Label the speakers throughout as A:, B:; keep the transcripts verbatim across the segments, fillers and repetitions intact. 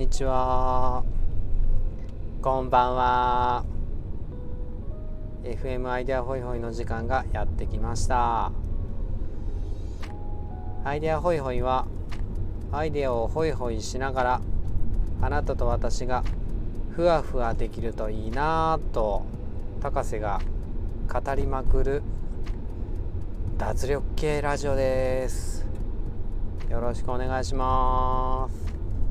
A: にちは、こんばんは。 エフエム アイデアホイホイの時間がやってきました。アイデアホイホイはアイデアをホイホイしながらあなたと私がふわふわできるといいなぁと高瀬が語りまくる脱力系ラジオです。よろしくお願いします。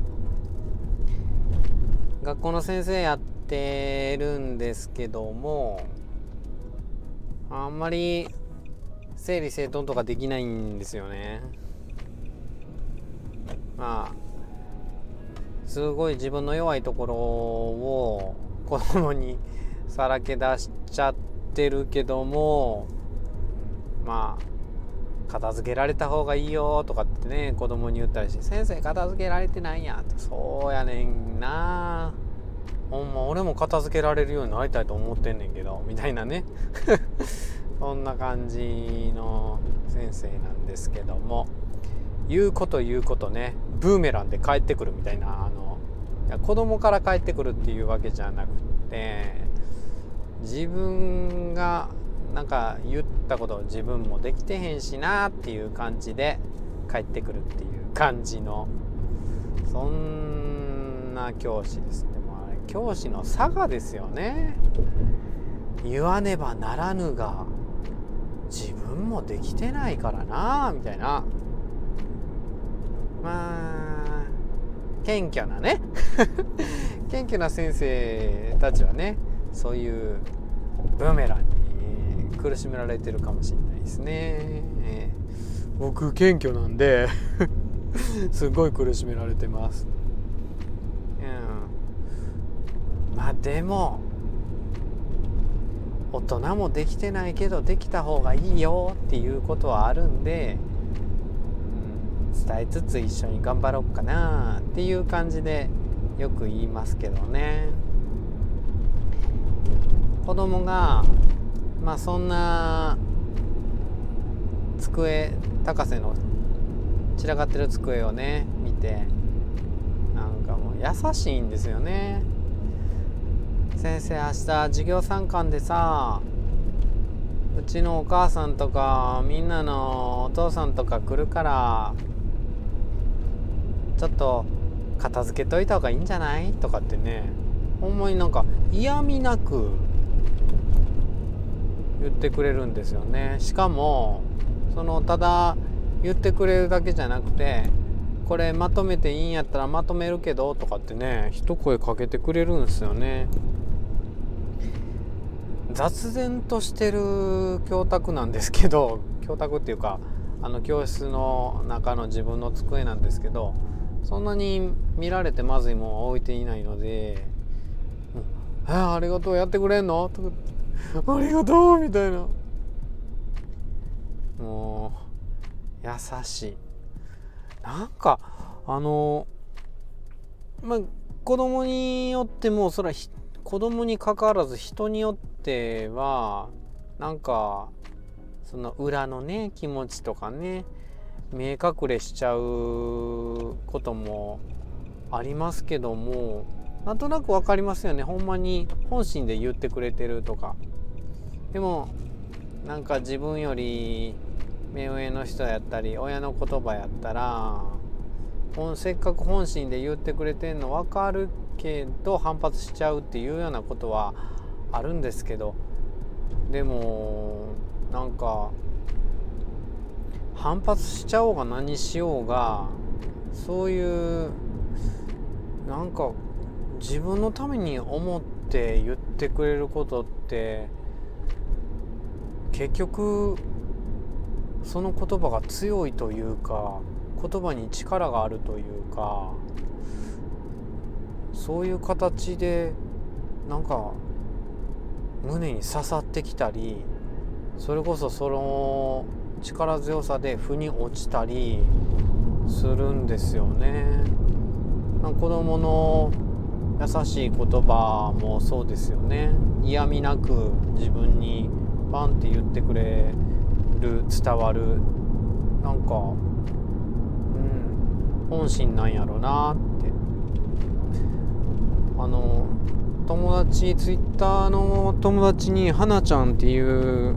A: 学校の先生やってるんですけども、あんまり整理整頓とかできないんですよね。まあすごい自分の弱いところを子供にさらけ出しちゃってるけども、まあ片付けられた方がいいよとかってね、子供に言ったりして、先生片付けられてないやんと。そうやねんな、ほんま俺も片付けられるようになりたいと思ってんねんけどみたいなねそんな感じの先生なんですけども、言うこと言うことね、ブーメランで帰ってくるみたいな、あのいや子供から帰ってくるっていうわけじゃなくて、自分がなんか言ったことを自分もできてへんしなっていう感じで帰ってくるっていう感じの、そんな教師です。でもあれ教師の差がですよね。言わねばならぬが自分もできてないからなみたいな、まあ謙虚なね謙虚な先生たちはね、そういうブーメランに苦しめられてるかもしれないですね、えー、僕謙虚なんですごい苦しめられてます、うん、まあでも大人もできてないけどできた方がいいよっていうことはあるんで、うん、伝えつつ一緒に頑張ろうかなっていう感じでよく言いますけどね。子供がまあそんな机、高瀬の散らかってる机をね見て、なんかもう優しいんですよね。先生、明日授業参観でさ、うちのお母さんとかみんなのお父さんとか来るからちょっと片付けといた方がいいんじゃないとかってね、ほんまになんか嫌味なく言ってくれるんですよね。しかもそのただ言ってくれるだけじゃなくて、これまとめていいんやったらまとめるけどとかってね、一声かけてくれるんですよね。雑然としてる教託なんですけど、教託っていうかあの教室の中の自分の机なんですけど、そんなに見られてまずいもんは置いていないので、えー、ありがとう、やってくれんのとかありがとうみたいな、もう優しい。なんかあのまあ子供によっても、それは子供に関わらず人によってはなんかその裏のね気持ちとかね見え隠れしちゃうこともありますけども、なんとなくわかりますよね。ほんまに本心で言ってくれてるとか。でもなんか自分より目上の人やったり親の言葉やったら、せっかく本心で言ってくれてんの分かるけど反発しちゃうっていうようなことはあるんですけど、でもなんか反発しちゃおうが何しようが、そういうなんか自分のために思って言ってくれることって結局その言葉が強いというか、言葉に力があるというか、そういう形でなんか胸に刺さってきたり、それこそその力強さで腑に落ちたりするんですよね。子供の優しい言葉もそうですよね。嫌味なく自分にバンって言ってくれる、伝わる、なんか、うん、本心なんやろなってあの友達ツイッターの友達に花ちゃんっていう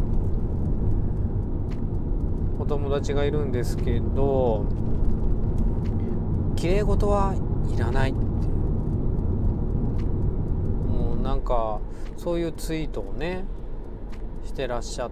A: お友達がいるんですけど、綺麗事はいらないって、もうなんかそういうツイートをねしてらっしゃって、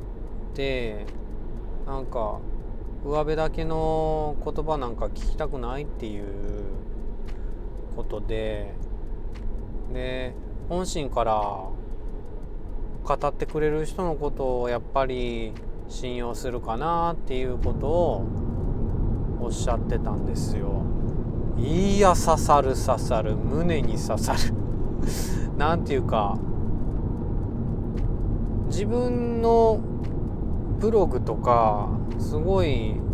A: なんか上辺だけの言葉なんか聞きたくないっていうことで、で本心から語ってくれる人のことをやっぱり信用するかなっていうことをおっしゃってたんですよ。いや刺さる刺さる胸に刺さるなんていうか、自分のブログとかすごい、う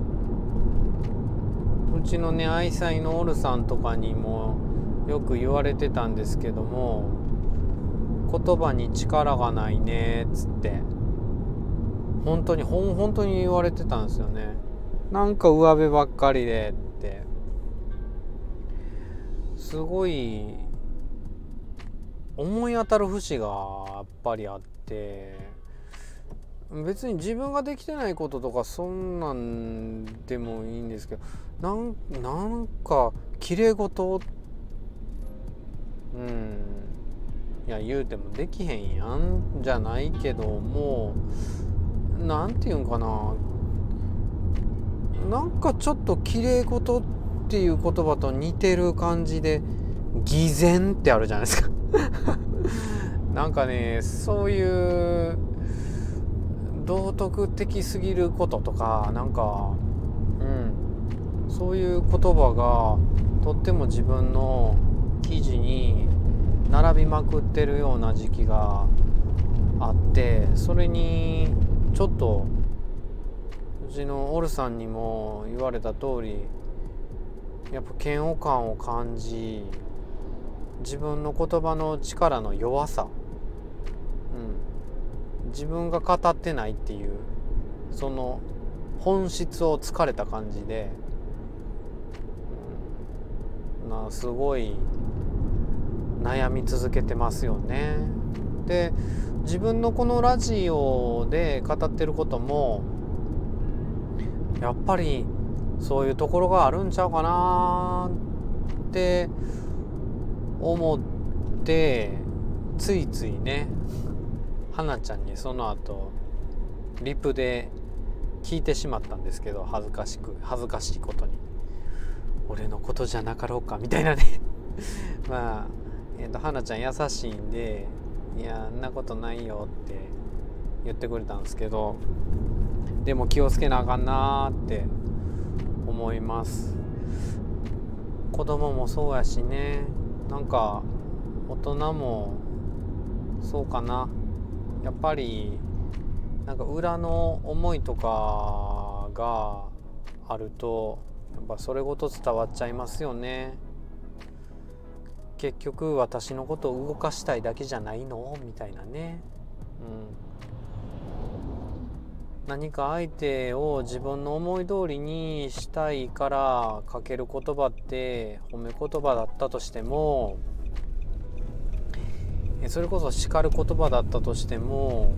A: ちのね愛妻のオルさんとかにもよく言われてたんですけども、言葉に力がないねっつって本当にほん本当に言われてたんですよね。なんか上辺ばっかりでって、すごい思い当たる節がやっぱりあって、別に自分ができてないこととかそんなんでもいいんですけど、なんなんか綺麗事、うんいや言うてもできへんやんじゃないけども、なんていうんかな、なんかちょっと綺麗事っていう言葉と似てる感じで、偽善ってあるじゃないですかなんかね、そういう道徳的すぎることとか、なんかうんそういう言葉がとっても自分の記事に並びまくってるような時期があって、それにちょっとうちのオルさんにも言われた通り、やっぱ嫌悪感を感じ、自分の言葉の力の弱さ、うん、自分が語ってないっていうその本質を突かれた感じで、うん、なすごい悩み続けてますよね。で、自分のこのラジオで語ってることもやっぱりそういうところがあるんちゃうかなって思って、ついついね花ちゃんにその後リプで聞いてしまったんですけど、恥ずかしく恥ずかしいことに、俺のことじゃなかろうかみたいなねまあえーと花ちゃん優しいんで、いやんなことないよって言ってくれたんですけど、でも気をつけなあかんなって思います。子供もそうやしね、なんか大人もそうかな、やっぱりなんか裏の思いとかがあるとやっぱそれごと伝わっちゃいますよね。結局私のことを動かしたいだけじゃないのみたいなね、うん、何か相手を自分の思い通りにしたいからかける言葉って褒め言葉だったとしても、それこそ叱る言葉だったとしても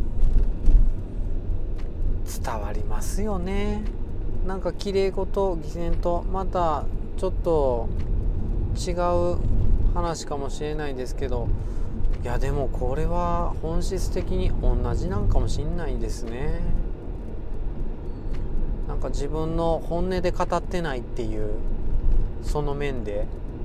A: 伝わりますよね。なんか綺麗事偽善とまたちょっと違う話かもしれないですけど、いやでもこれは本質的に同じなんかもしれないですね。なんか自分の本音で語ってないっていうその面で、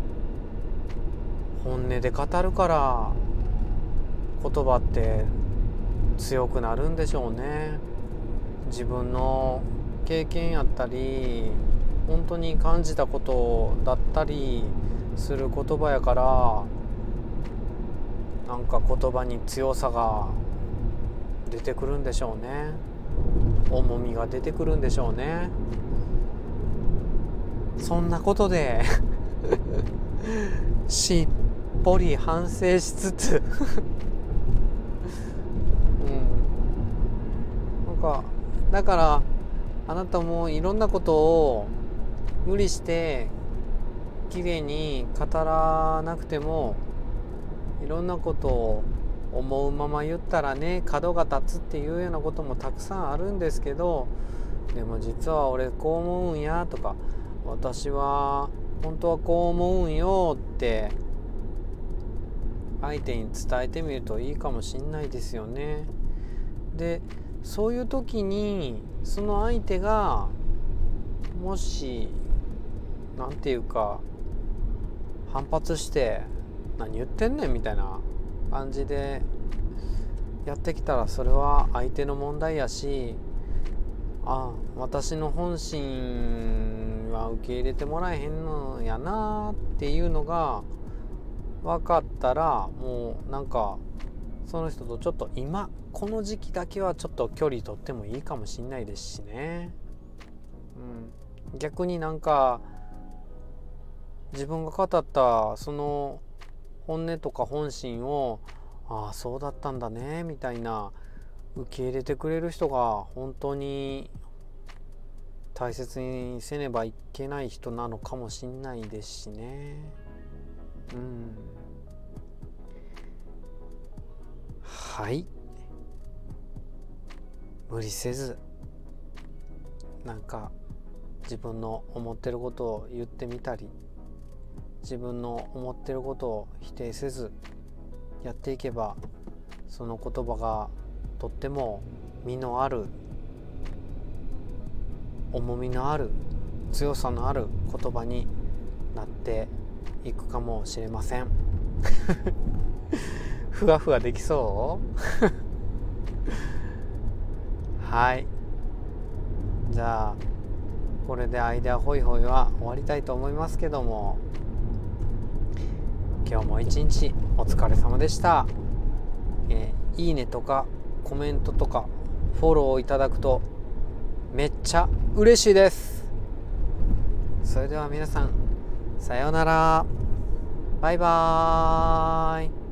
A: 本音で語るから言葉って強くなるんでしょうね。自分の経験やったり本当に感じたことだったりする言葉やから、なんか言葉に強さが出てくるんでしょうね。重みが出てくるんでしょうね。そんなことでしっぽり反省しつつうん、なんかだからあなたもいろんなことを無理して綺麗に語らなくてもいろんなことを思うまま言ったらね角が立つっていうようなこともたくさんあるんですけど、でも実は俺こう思うんやとか、私は本当はこう思うんよって相手に伝えてみるといいかもしんないですよね。でそういう時にその相手がもしなんていうか反発して何言ってんねんみたいな感じでやってきたら、それは相手の問題やし、あ私の本心は受け入れてもらえへんのやなっていうのが分かったら、もうなんかその人とちょっと今この時期だけはちょっと距離取ってもいいかもしんないですしね、うん、逆になんか自分が語ったその本音とか本心を、ああそうだったんだねみたいな受け入れてくれる人が本当に大切にせねばいけない人なのかもしんないですしね。うんはい、無理せずなんか自分の思ってることを言ってみたり、自分の思ってることを否定せずやっていけば、その言葉がとっても実のある重みのある強さのある言葉になっていくかもしれませんふわふわできそうはい、じゃあこれでアイデアホイホイは終わりたいと思いますけども、今日も一日お疲れ様でした。えー、いいねとかコメントとかフォローをいただくとめっちゃ嬉しいです。それでは皆さんさようなら、バイバーイ。